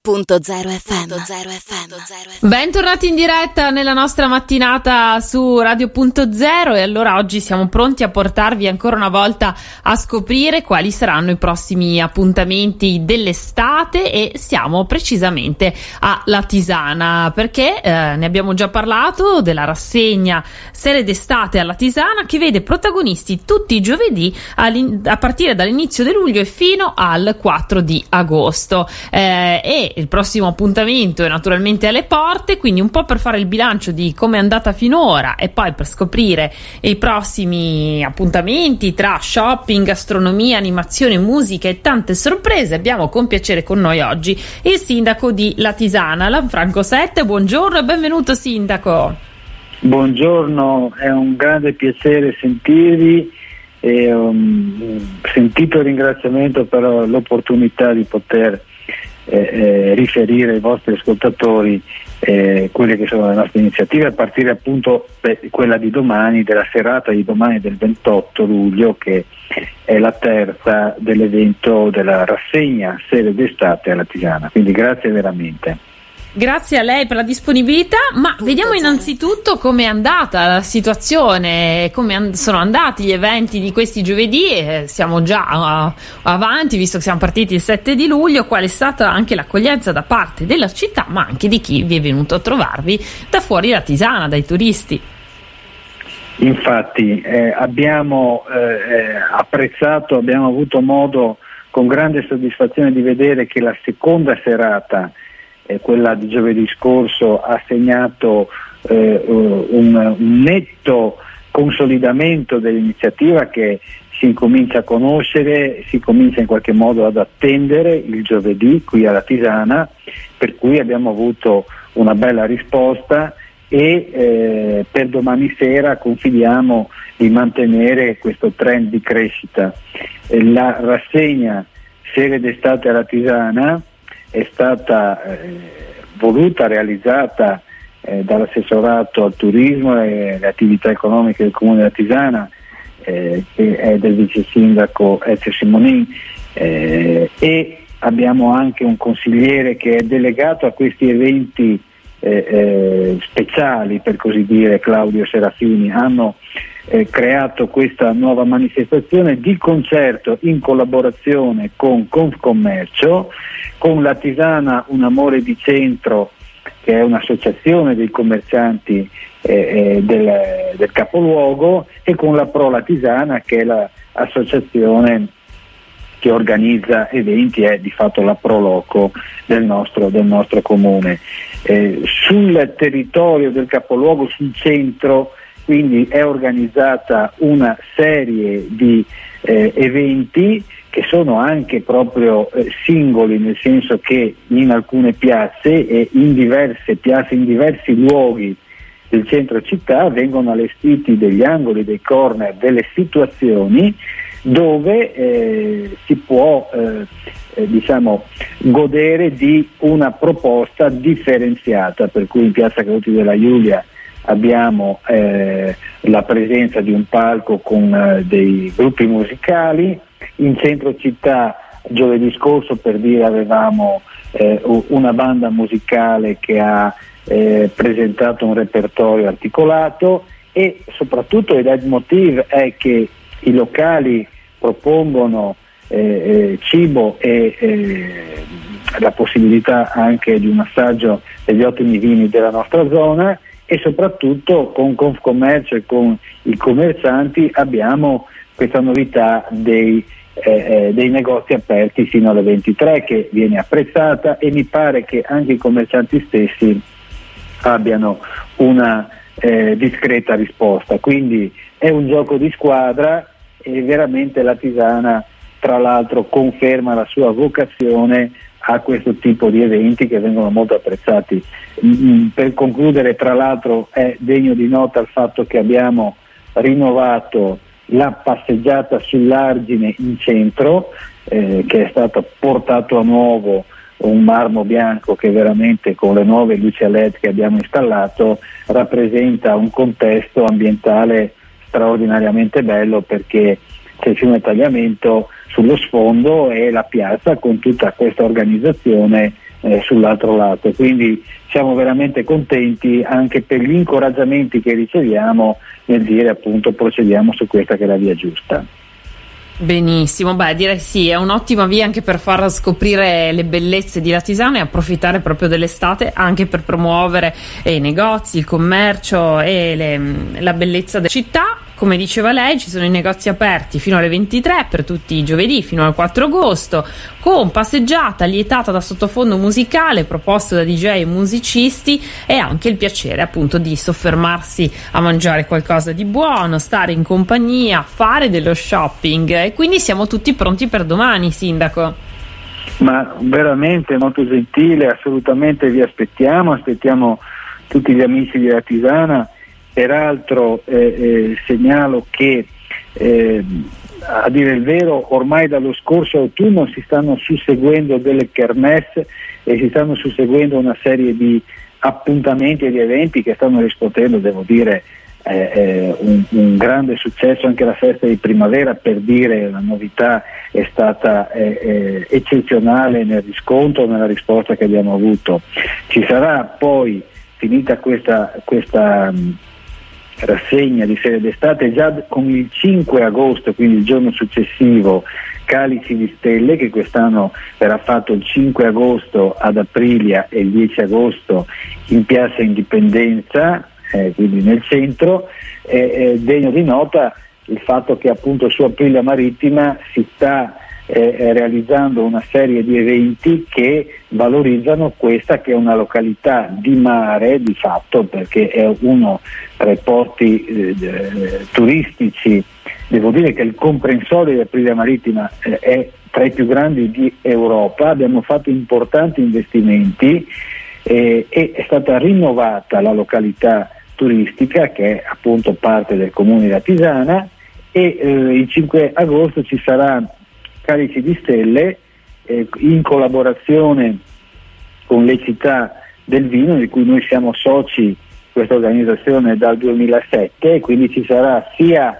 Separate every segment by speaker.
Speaker 1: Radio.0 FM. Bentornati in diretta nella nostra mattinata su Radio.0 e allora oggi siamo pronti a portarvi ancora una volta a scoprire quali saranno i prossimi appuntamenti dell'estate e siamo precisamente a Latisana perché ne abbiamo già parlato della rassegna Serie d'estate alla Tisana che vede protagonisti tutti i giovedì a partire dall'inizio di luglio e fino al 4 di agosto e il prossimo appuntamento è naturalmente alle porte, quindi un po' per fare il bilancio di come è andata finora e poi per scoprire i prossimi appuntamenti tra shopping, gastronomia, animazione, musica e tante sorprese abbiamo con piacere con noi oggi il sindaco di Latisana, Lanfranco Sette. Buongiorno e benvenuto sindaco.
Speaker 2: Buongiorno, è un grande piacere sentirvi e un sentito ringraziamento per l'opportunità di poter riferire ai vostri ascoltatori quelle che sono le nostre iniziative a partire appunto quella di domani, della serata di domani del 28 luglio che è la terza dell'evento della rassegna Serie d'estate alla Tisana, quindi grazie veramente.
Speaker 1: Grazie a lei per la disponibilità, ma vediamo innanzitutto com'è andata la situazione, come sono andati gli eventi di questi giovedì. Siamo già avanti, visto che siamo partiti il 7 di luglio, qual è stata anche l'accoglienza da parte della città, ma anche di chi vi è venuto a trovarvi da fuori la Tisana, dai turisti.
Speaker 2: Infatti abbiamo apprezzato, abbiamo avuto modo con grande soddisfazione di vedere che la seconda serata, quella di giovedì scorso, ha segnato un netto consolidamento dell'iniziativa che si incomincia a conoscere, si comincia in qualche modo ad attendere il giovedì qui alla Tisana, per cui abbiamo avuto una bella risposta e per domani sera confidiamo di mantenere questo trend di crescita. La rassegna Serie d'estate alla Tisana è stata voluta, realizzata dall'assessorato al turismo e alle attività economiche del comune di Tisana, che è del vice sindaco Ezio Simonin, e abbiamo anche un consigliere che è delegato a questi eventi speciali, per così dire, Claudio Serafini. Hanno creato questa nuova manifestazione di concerto in collaborazione con Confcommercio, con la Tisana Un Amore di Centro, che è un'associazione dei commercianti del capoluogo, e con la Pro Latisana, che è l'associazione che organizza eventi, è di fatto la Pro Loco del nostro comune. Sul territorio del capoluogo, sul centro, quindi è organizzata una serie di eventi che sono anche proprio singoli, nel senso che in alcune piazze e in diverse piazze, in diversi luoghi del centro città vengono allestiti degli angoli, dei corner, delle situazioni dove si può godere di una proposta differenziata, per cui in piazza Caduti della Giulia abbiamo la presenza di un palco con dei gruppi musicali. In centro città giovedì scorso, per dire, avevamo una banda musicale che ha presentato un repertorio articolato, e soprattutto il leitmotiv è che i locali propongono cibo e la possibilità anche di un assaggio degli ottimi vini della nostra zona, e soprattutto con Confcommercio e con i commercianti abbiamo questa novità dei negozi aperti fino alle 23, che viene apprezzata, e mi pare che anche i commercianti stessi abbiano una discreta risposta. Quindi è un gioco di squadra e veramente la Tisana, tra l'altro, conferma la sua vocazione a questo tipo di eventi che vengono molto apprezzati. Per concludere, tra l'altro, è degno di nota il fatto che abbiamo rinnovato la passeggiata sull'Argine in centro, che è stato portato a nuovo un marmo bianco che veramente, con le nuove luci a LED che abbiamo installato, rappresenta un contesto ambientale straordinariamente bello, perché c'è il fiume Tagliamento sullo sfondo e la piazza con tutta questa organizzazione sull'altro lato, quindi siamo veramente contenti anche per gli incoraggiamenti che riceviamo nel dire appunto procediamo su questa che è la via giusta.
Speaker 1: Benissimo, direi sì, è un'ottima via anche per far scoprire le bellezze di Latisana e approfittare proprio dell'estate anche per promuovere i negozi, il commercio e la bellezza della città. Come diceva lei, ci sono i negozi aperti fino alle 23 per tutti i giovedì fino al 4 agosto, con passeggiata lietata da sottofondo musicale proposto da DJ e musicisti, e anche il piacere appunto di soffermarsi a mangiare qualcosa di buono, stare in compagnia, fare dello shopping, e quindi siamo tutti pronti per domani, Sindaco.
Speaker 2: Ma veramente molto gentile, assolutamente vi aspettiamo tutti gli amici di Latisana. Peraltro segnalo che a dire il vero ormai dallo scorso autunno si stanno susseguendo delle kermesse e si stanno susseguendo una serie di appuntamenti e di eventi che stanno riscuotendo, devo dire, un grande successo. Anche la festa di primavera, per dire, la novità è stata eccezionale nel riscontro, nella risposta che abbiamo avuto. Ci sarà poi, finita questa rassegna di ferie d'estate, già con il 5 agosto, quindi il giorno successivo, Calici di Stelle, che quest'anno verrà fatto il 5 agosto ad Aprilia e il 10 agosto in Piazza Indipendenza, quindi nel centro. Degno di nota il fatto che appunto su Aprilia Marittima si sta realizzando una serie di eventi che valorizzano questa che è una località di mare di fatto, perché è uno tra i porti turistici. Devo dire che il comprensorio di Aprilia Marittima è tra i più grandi di Europa. Abbiamo fatto importanti investimenti e è stata rinnovata la località turistica, che è appunto parte del comune di Latisana, e il 5 agosto ci sarà Calici di Stelle in collaborazione con le città del vino, di cui noi siamo soci, questa organizzazione, dal 2007, e quindi ci sarà sia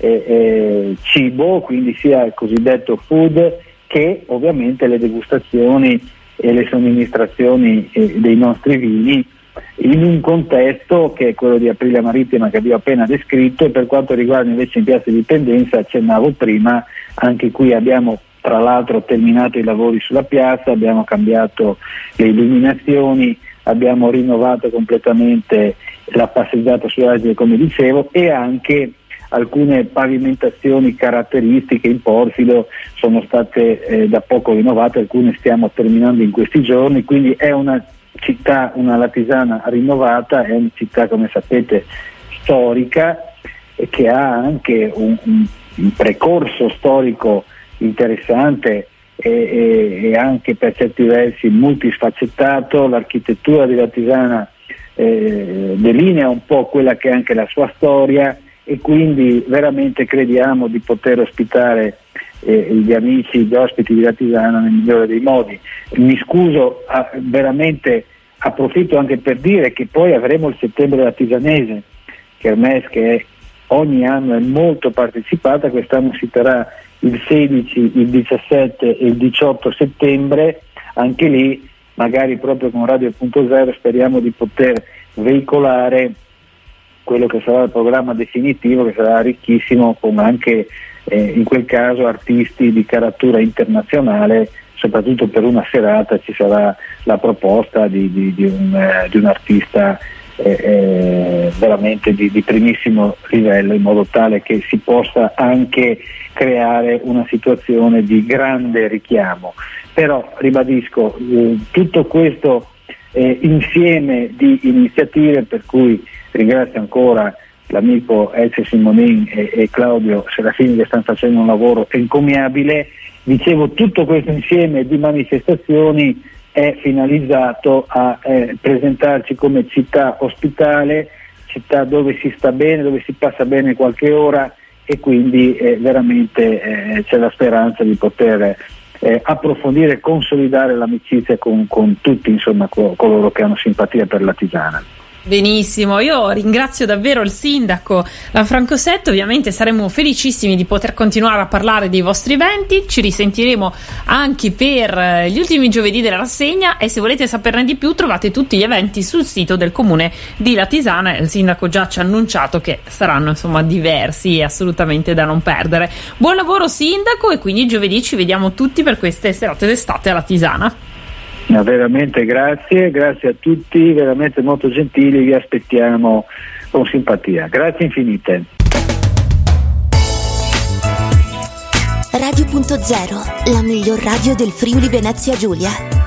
Speaker 2: cibo, quindi sia il cosiddetto food, che ovviamente le degustazioni e le somministrazioni dei nostri vini, in un contesto che è quello di Aprilia Marittima che vi ho appena descritto. E per quanto riguarda invece in Piazza Indipendenza, accennavo prima, anche qui abbiamo tra l'altro terminato i lavori sulla piazza, abbiamo cambiato le illuminazioni, abbiamo rinnovato completamente la passeggiata sull'Argine, come dicevo, e anche alcune pavimentazioni caratteristiche in porfido sono state da poco rinnovate, alcune stiamo terminando in questi giorni, quindi è una città, una Latisana rinnovata, è una città, come sapete, storica, e che ha anche un precorso storico interessante e anche per certi versi multisfaccettato. L'architettura di Latisana delinea un po' quella che è anche la sua storia, e quindi veramente crediamo di poter ospitare gli amici, gli ospiti di Latisana nel migliore dei modi. Mi scuso, veramente approfitto anche per dire che poi avremo il Settembre Latisanese, kermesse che ogni anno è molto partecipata. Quest'anno si terrà il 16, il 17 e il 18 settembre. Anche lì, magari proprio con Radio.0, speriamo di poter veicolare quello che sarà il programma definitivo, che sarà ricchissimo, con anche in quel caso artisti di caratura internazionale. Soprattutto per una serata ci sarà la proposta di un artista veramente di primissimo livello, in modo tale che si possa anche creare una situazione di grande richiamo. Però ribadisco, tutto questo insieme di iniziative, per cui ringrazio ancora l'amico Ezio Simonin e Claudio Serafini, che stanno facendo un lavoro encomiabile. Dicevo, tutto questo insieme di manifestazioni è finalizzato a presentarci come città ospitale, città dove si sta bene, dove si passa bene qualche ora, e quindi veramente c'è la speranza di poter approfondire e consolidare l'amicizia con tutti, insomma, coloro che hanno simpatia per Latisana.
Speaker 1: Benissimo, io ringrazio davvero il sindaco Franco Setto, ovviamente saremo felicissimi di poter continuare a parlare dei vostri eventi, ci risentiremo anche per gli ultimi giovedì della rassegna e se volete saperne di più trovate tutti gli eventi sul sito del comune di Latisana e il sindaco già ci ha annunciato che saranno insomma diversi e assolutamente da non perdere. Buon lavoro sindaco e quindi giovedì ci vediamo tutti per queste serate d'estate a Latisana.
Speaker 2: Veramente grazie a tutti, veramente molto gentili, vi aspettiamo con simpatia. Grazie infinite.
Speaker 3: Radio.0, la miglior radio del Friuli Venezia Giulia.